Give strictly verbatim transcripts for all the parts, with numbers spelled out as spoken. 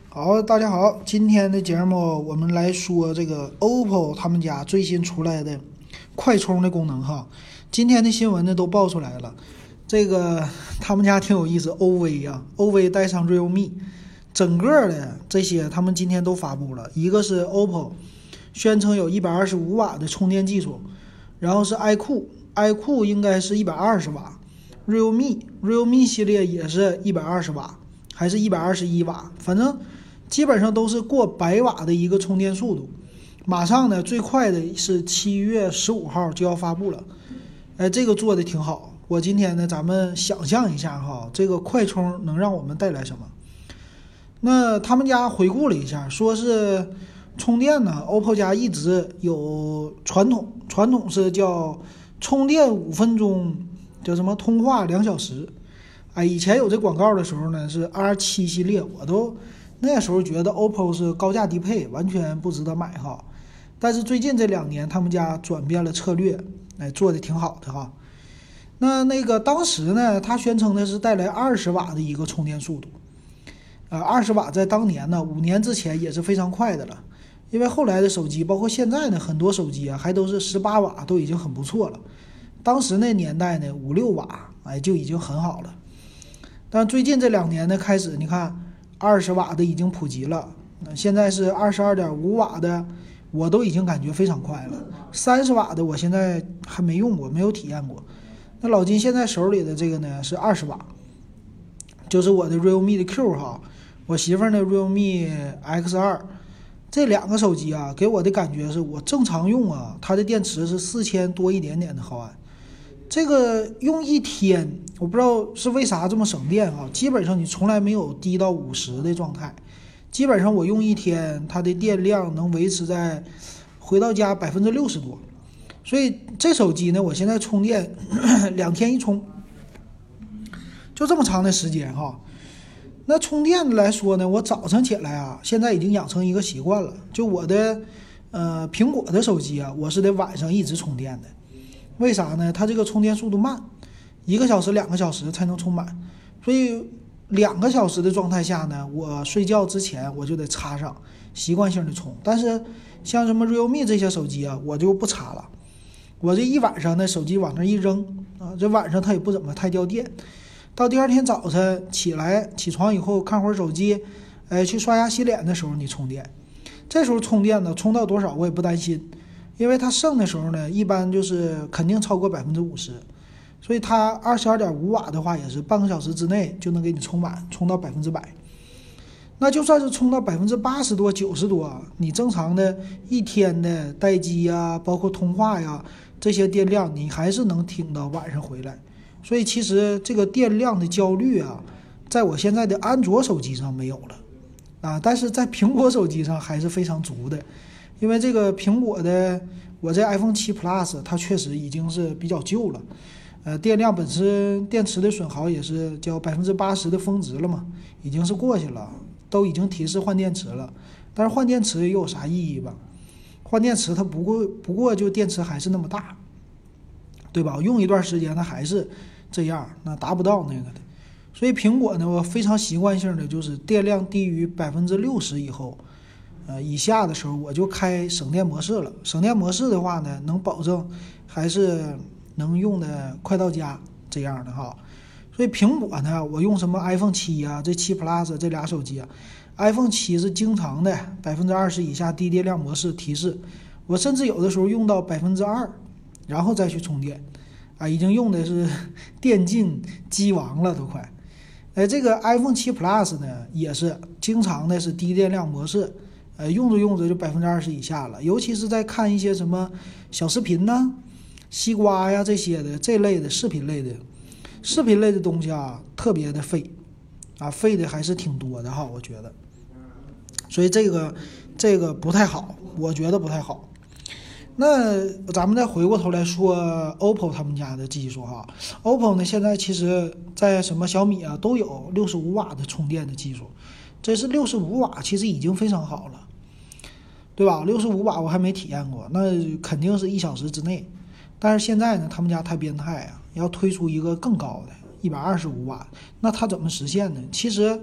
好，大家好，今天的节目我们来说这个 O P P O 他们家最新出来的快充的功能哈。今天的新闻呢都爆出来了，这个他们家挺有意思 ，O V 啊 ，O V 带上 Realme， 整个的这些他们今天都发布了。一个是 O P P O 宣称有一百二十五瓦的充电技术，然后是 iQOO，iQOO 应该是一百二十瓦，Realme Realme 系列也是一百二十瓦，还是一百二十一瓦，反正基本上都是过百瓦的一个充电速度。马上呢，最快的是七月十五号就要发布了。哎，这个做的挺好。我今天呢，咱们想象一下哈，这个快充能让我们带来什么？那他们家回顾了一下，说是充电呢 ，O P P O 家一直有传统，传统是叫充电五分钟，叫什么通话两小时。哎，以前有这广告的时候呢，是 R 七 系列，我都那时候觉得 O P P O 是高价低配，完全不值得买哈。但是最近这两年，他们家转变了策略，哎，做的挺好的哈。那那个当时呢，他宣称的是带来二十瓦的一个充电速度，呃，二十瓦在当年呢，五年之前也是非常快的了。因为后来的手机，包括现在呢，很多手机啊，还都是十八瓦，都已经很不错了。当时那年代呢，五六瓦，哎，就已经很好了。但最近这两年呢，开始你看，二十瓦的已经普及了，现在是二十二点五瓦的，我都已经感觉非常快了。三十瓦的我现在还没用过，没有体验过。那老金现在手里的这个呢是二十瓦，就是我的 Realme 的 Q 哈，我媳妇儿的 Realme X 二，这两个手机啊，给我的感觉是我正常用啊，它的电池是四千多一点点的毫安。这个用一天，我不知道是为啥这么省电啊，基本上你从来没有低到五十的状态，基本上我用一天，它的电量能维持在回到家百分之六十多。所以这手机呢，我现在充电两天一充，就这么长的时间哈。那充电来说呢，我早上起来啊，现在已经养成一个习惯了，就我的呃苹果的手机啊，我是得晚上一直充电的。为啥呢？它这个充电速度慢，一个小时两个小时才能充满，所以两个小时的状态下呢，我睡觉之前我就得插上，习惯性的充。但是像什么 Realme 这些手机啊，我就不插了，我这一晚上呢，手机往那一扔啊，这晚上它也不怎么太掉电，到第二天早晨起来起床以后看会儿手机，哎，去刷牙洗脸的时候你充电，这时候充电呢，充到多少我也不担心。因为它剩的时候呢，一般就是肯定超过百分之五十，所以它二十二点五瓦的话，也是半个小时之内就能给你充满，充到百分之百。那就算是充到百分之八十多、九十多，你正常的一天的待机呀，包括通话呀，这些电量你还是能挺到晚上回来。所以其实这个电量的焦虑啊，在我现在的安卓手机上没有了啊，但是在苹果手机上还是非常足的。因为这个苹果的我这 iPhone 七 Plus 它确实已经是比较旧了，呃，电量本身电池的损耗也是叫百分之八十的峰值了嘛，已经是过去了，都已经提示换电池了。但是换电池又有啥意义吧？换电池它不过不过就电池还是那么大，对吧？用一段时间它还是这样，那达不到那个的。所以苹果呢，我非常习惯性的就是电量低于百分之六十以后。呃，以下的时候我就开省电模式了。省电模式的话呢，能保证还是能用的快到家这样的哈。所以苹果呢，我用什么 iPhone 七啊，这七 Plus 这俩手机啊 ，iPhone 七是经常的百分之二十以下低电量模式提示，我甚至有的时候用到百分之二，然后再去充电，啊，已经用的是电竞机王了都快。哎，这个 iPhone 七 Plus 呢，也是经常的是低电量模式。呃，用着用着就百分之二十以下了，尤其是在看一些什么小视频呢、西瓜呀这些的这类的视频类的、视频类的东西啊，特别的费啊，费的还是挺多的哈，我觉得。所以这个这个不太好，我觉得不太好。那咱们再回过头来说 O P P O 他们家的技术哈 ，O P P O 呢现在其实在什么小米啊都有六十五瓦的充电的技术，这是六十五瓦，其实已经非常好了。对吧？六十五瓦我还没体验过，那肯定是一小时之内。但是现在呢，他们家太变态啊，要推出一个更高的一百二十五瓦，那它怎么实现呢？其实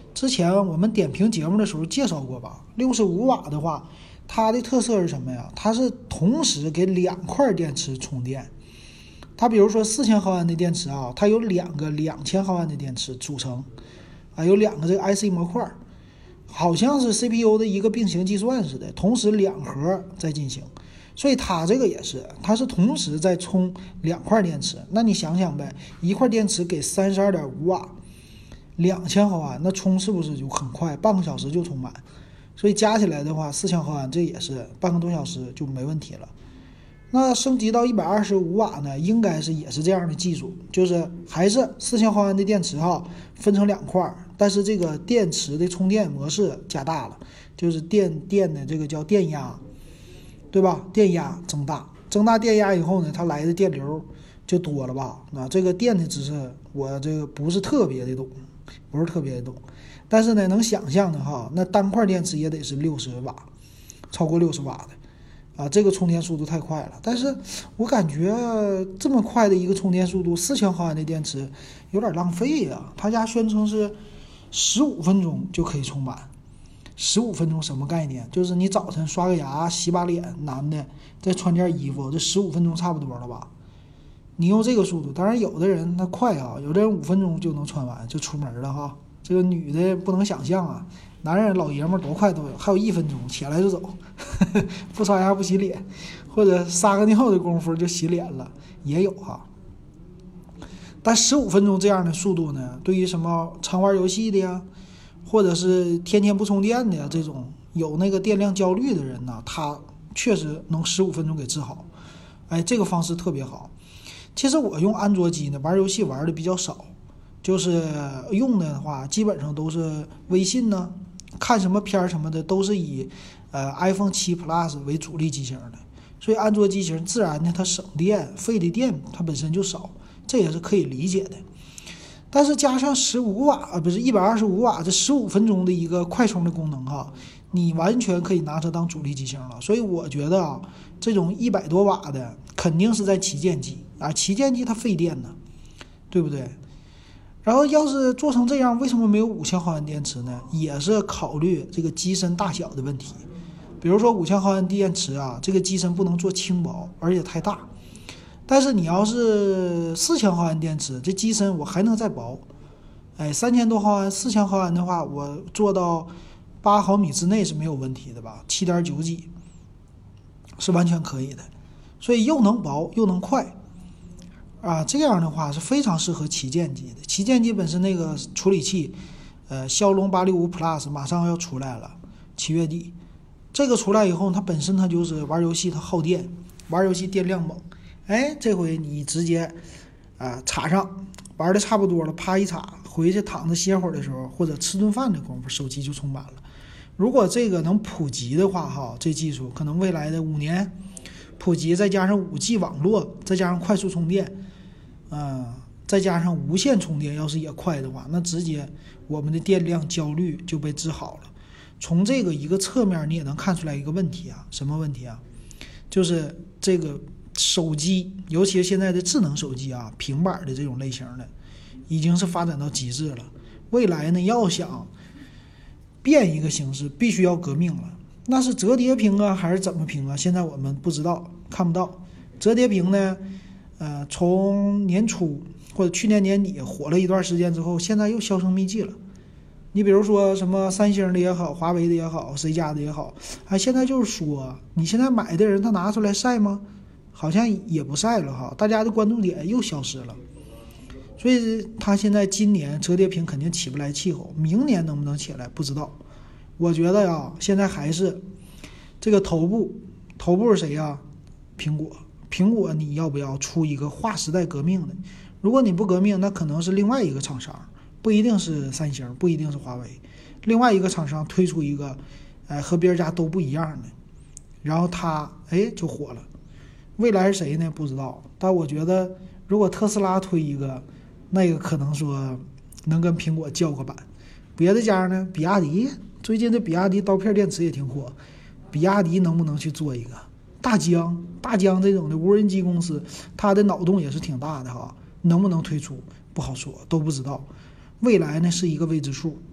之前我们点评节目的时候介绍过吧，六十五瓦的话，它的特色是什么呀？它是同时给两块电池充电。它比如说四千毫安的电池啊，它有两个两千毫安的电池组成啊，有两个这个 I C 模块，好像是 C P U 的一个并行计算似的，同时两核在进行。所以它这个也是，它是同时在充两块电池。那你想想呗，一块电池给 三十二点五瓦，两千毫安，那充是不是就很快，半个小时就充满？所以加起来的话，四千毫安这也是半个多小时就没问题了。那升级到一百二十五瓦呢，应该是也是这样的技术，就是还是四千毫安的电池哈，分成两块，但是这个电池的充电模式加大了，就是电电的这个叫电压，对吧？电压增大，增大电压以后呢，它来的电流就多了吧？那这个电的知识我这个不是特别的懂，不是特别的懂，但是呢，能想象的哈，那单块电池也得是六十瓦，超过六十瓦的。啊，这个充电速度太快了，但是我感觉这么快的一个充电速度，四千毫安的电池有点浪费呀、啊。他家宣称是十五分钟就可以充满，十五分钟什么概念？就是你早晨刷个牙、洗把脸，男的再穿件衣服，这十五分钟差不多了吧？你用这个速度，当然有的人他快啊，有的人五分钟就能穿完就出门了哈。这个女的不能想象啊。男人老爷们儿多快都有，还有一分钟起来就走，呵呵，不刷牙不洗脸，或者撒个尿的功夫就洗脸了，也有哈。但十五分钟这样的速度呢，对于什么常玩游戏的呀，或者是天天不充电的呀，这种有那个电量焦虑的人呢，他确实能十五分钟给治好。哎，这个方式特别好。其实我用安卓机呢，玩游戏玩的比较少，就是用的话基本上都是微信呢。看什么片什么的都是以呃 iPhone 七 Plus 为主力机型的，所以安卓机型自然呢它省电，费的电它本身就少，这也是可以理解的。但是加上十五瓦啊，不是一百二十五瓦，这十五分钟的一个快充的功能哈，你完全可以拿它当主力机型了。所以我觉得啊，这种一百多瓦的肯定是在旗舰机啊，旗舰机它费电呢，对不对？然后要是做成这样，为什么没有五千毫安电池呢？也是考虑这个机身大小的问题。比如说五千毫安电池啊，这个机身不能做轻薄，而且太大。但是你要是四千毫安电池，这机身我还能再薄。哎，三千多毫安、四千毫安的话，我做到八毫米之内是没有问题的吧？七点九几是完全可以的。所以又能薄又能快。啊，这样的话是非常适合旗舰机的。旗舰机本身那个处理器，呃，骁龙八六五 Plus 马上要出来了，七月底。这个出来以后，它本身它就是玩游戏它耗电，玩游戏电量猛。哎，这回你直接啊、呃、插上，玩的差不多了，啪一插，回去躺着歇会儿的时候，或者吃顿饭的功夫，手机就充满了。如果这个能普及的话，哈，这技术可能未来的五年普及，再加上 五 G 网络，再加上快速充电。嗯，再加上无线充电，要是也快的话，那直接我们的电量焦虑就被治好了。从这个一个侧面，你也能看出来一个问题啊，什么问题啊？就是这个手机，尤其是现在的智能手机啊，平板的这种类型的，已经是发展到极致了。未来呢，要想变一个形式，必须要革命了。那是折叠屏啊，还是怎么屏啊？现在我们不知道，看不到。折叠屏呢？呃，从年初或者去年年底火了一段时间之后，现在又销声匿迹了。你比如说什么三星的也好，华为的也好，谁家的也好，啊，现在就是说，你现在买的人他拿出来晒吗？好像也不晒了哈，大家的关注点又消失了。所以他现在今年折叠屏肯定起不来气候，明年能不能起来不知道。我觉得呀，现在还是这个头部，头部是谁呀？苹果。苹果你要不要出一个划时代革命的？如果你不革命，那可能是另外一个厂商，不一定是三星，不一定是华为，另外一个厂商推出一个，呃，和别人家都不一样的，然后它哎就火了。未来是谁呢？不知道。但我觉得，如果特斯拉推一个，那个可能说能跟苹果叫个板。别的家呢，比亚迪最近这比亚迪刀片电池也挺火，比亚迪能不能去做一个？大疆大疆这种的无人机公司，它的脑洞也是挺大的哈，能不能推出不好说，都不知道。未来呢是一个未知数，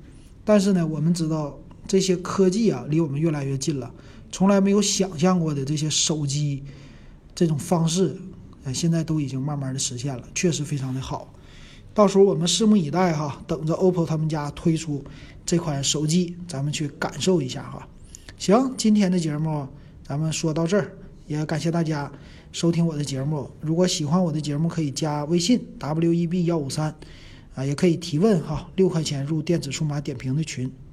但是呢，我们知道这些科技啊离我们越来越近了，从来没有想象过的这些手机这种方式，呃，现在都已经慢慢的实现了，确实非常的好。到时候我们拭目以待哈，等着 O P P O 他们家推出这款手机，咱们去感受一下哈。行，今天的节目咱们说到这儿，也感谢大家收听我的节目。如果喜欢我的节目，可以加微信 W E B 一五三啊，也可以提问哈，六块钱入电子数码点评的群。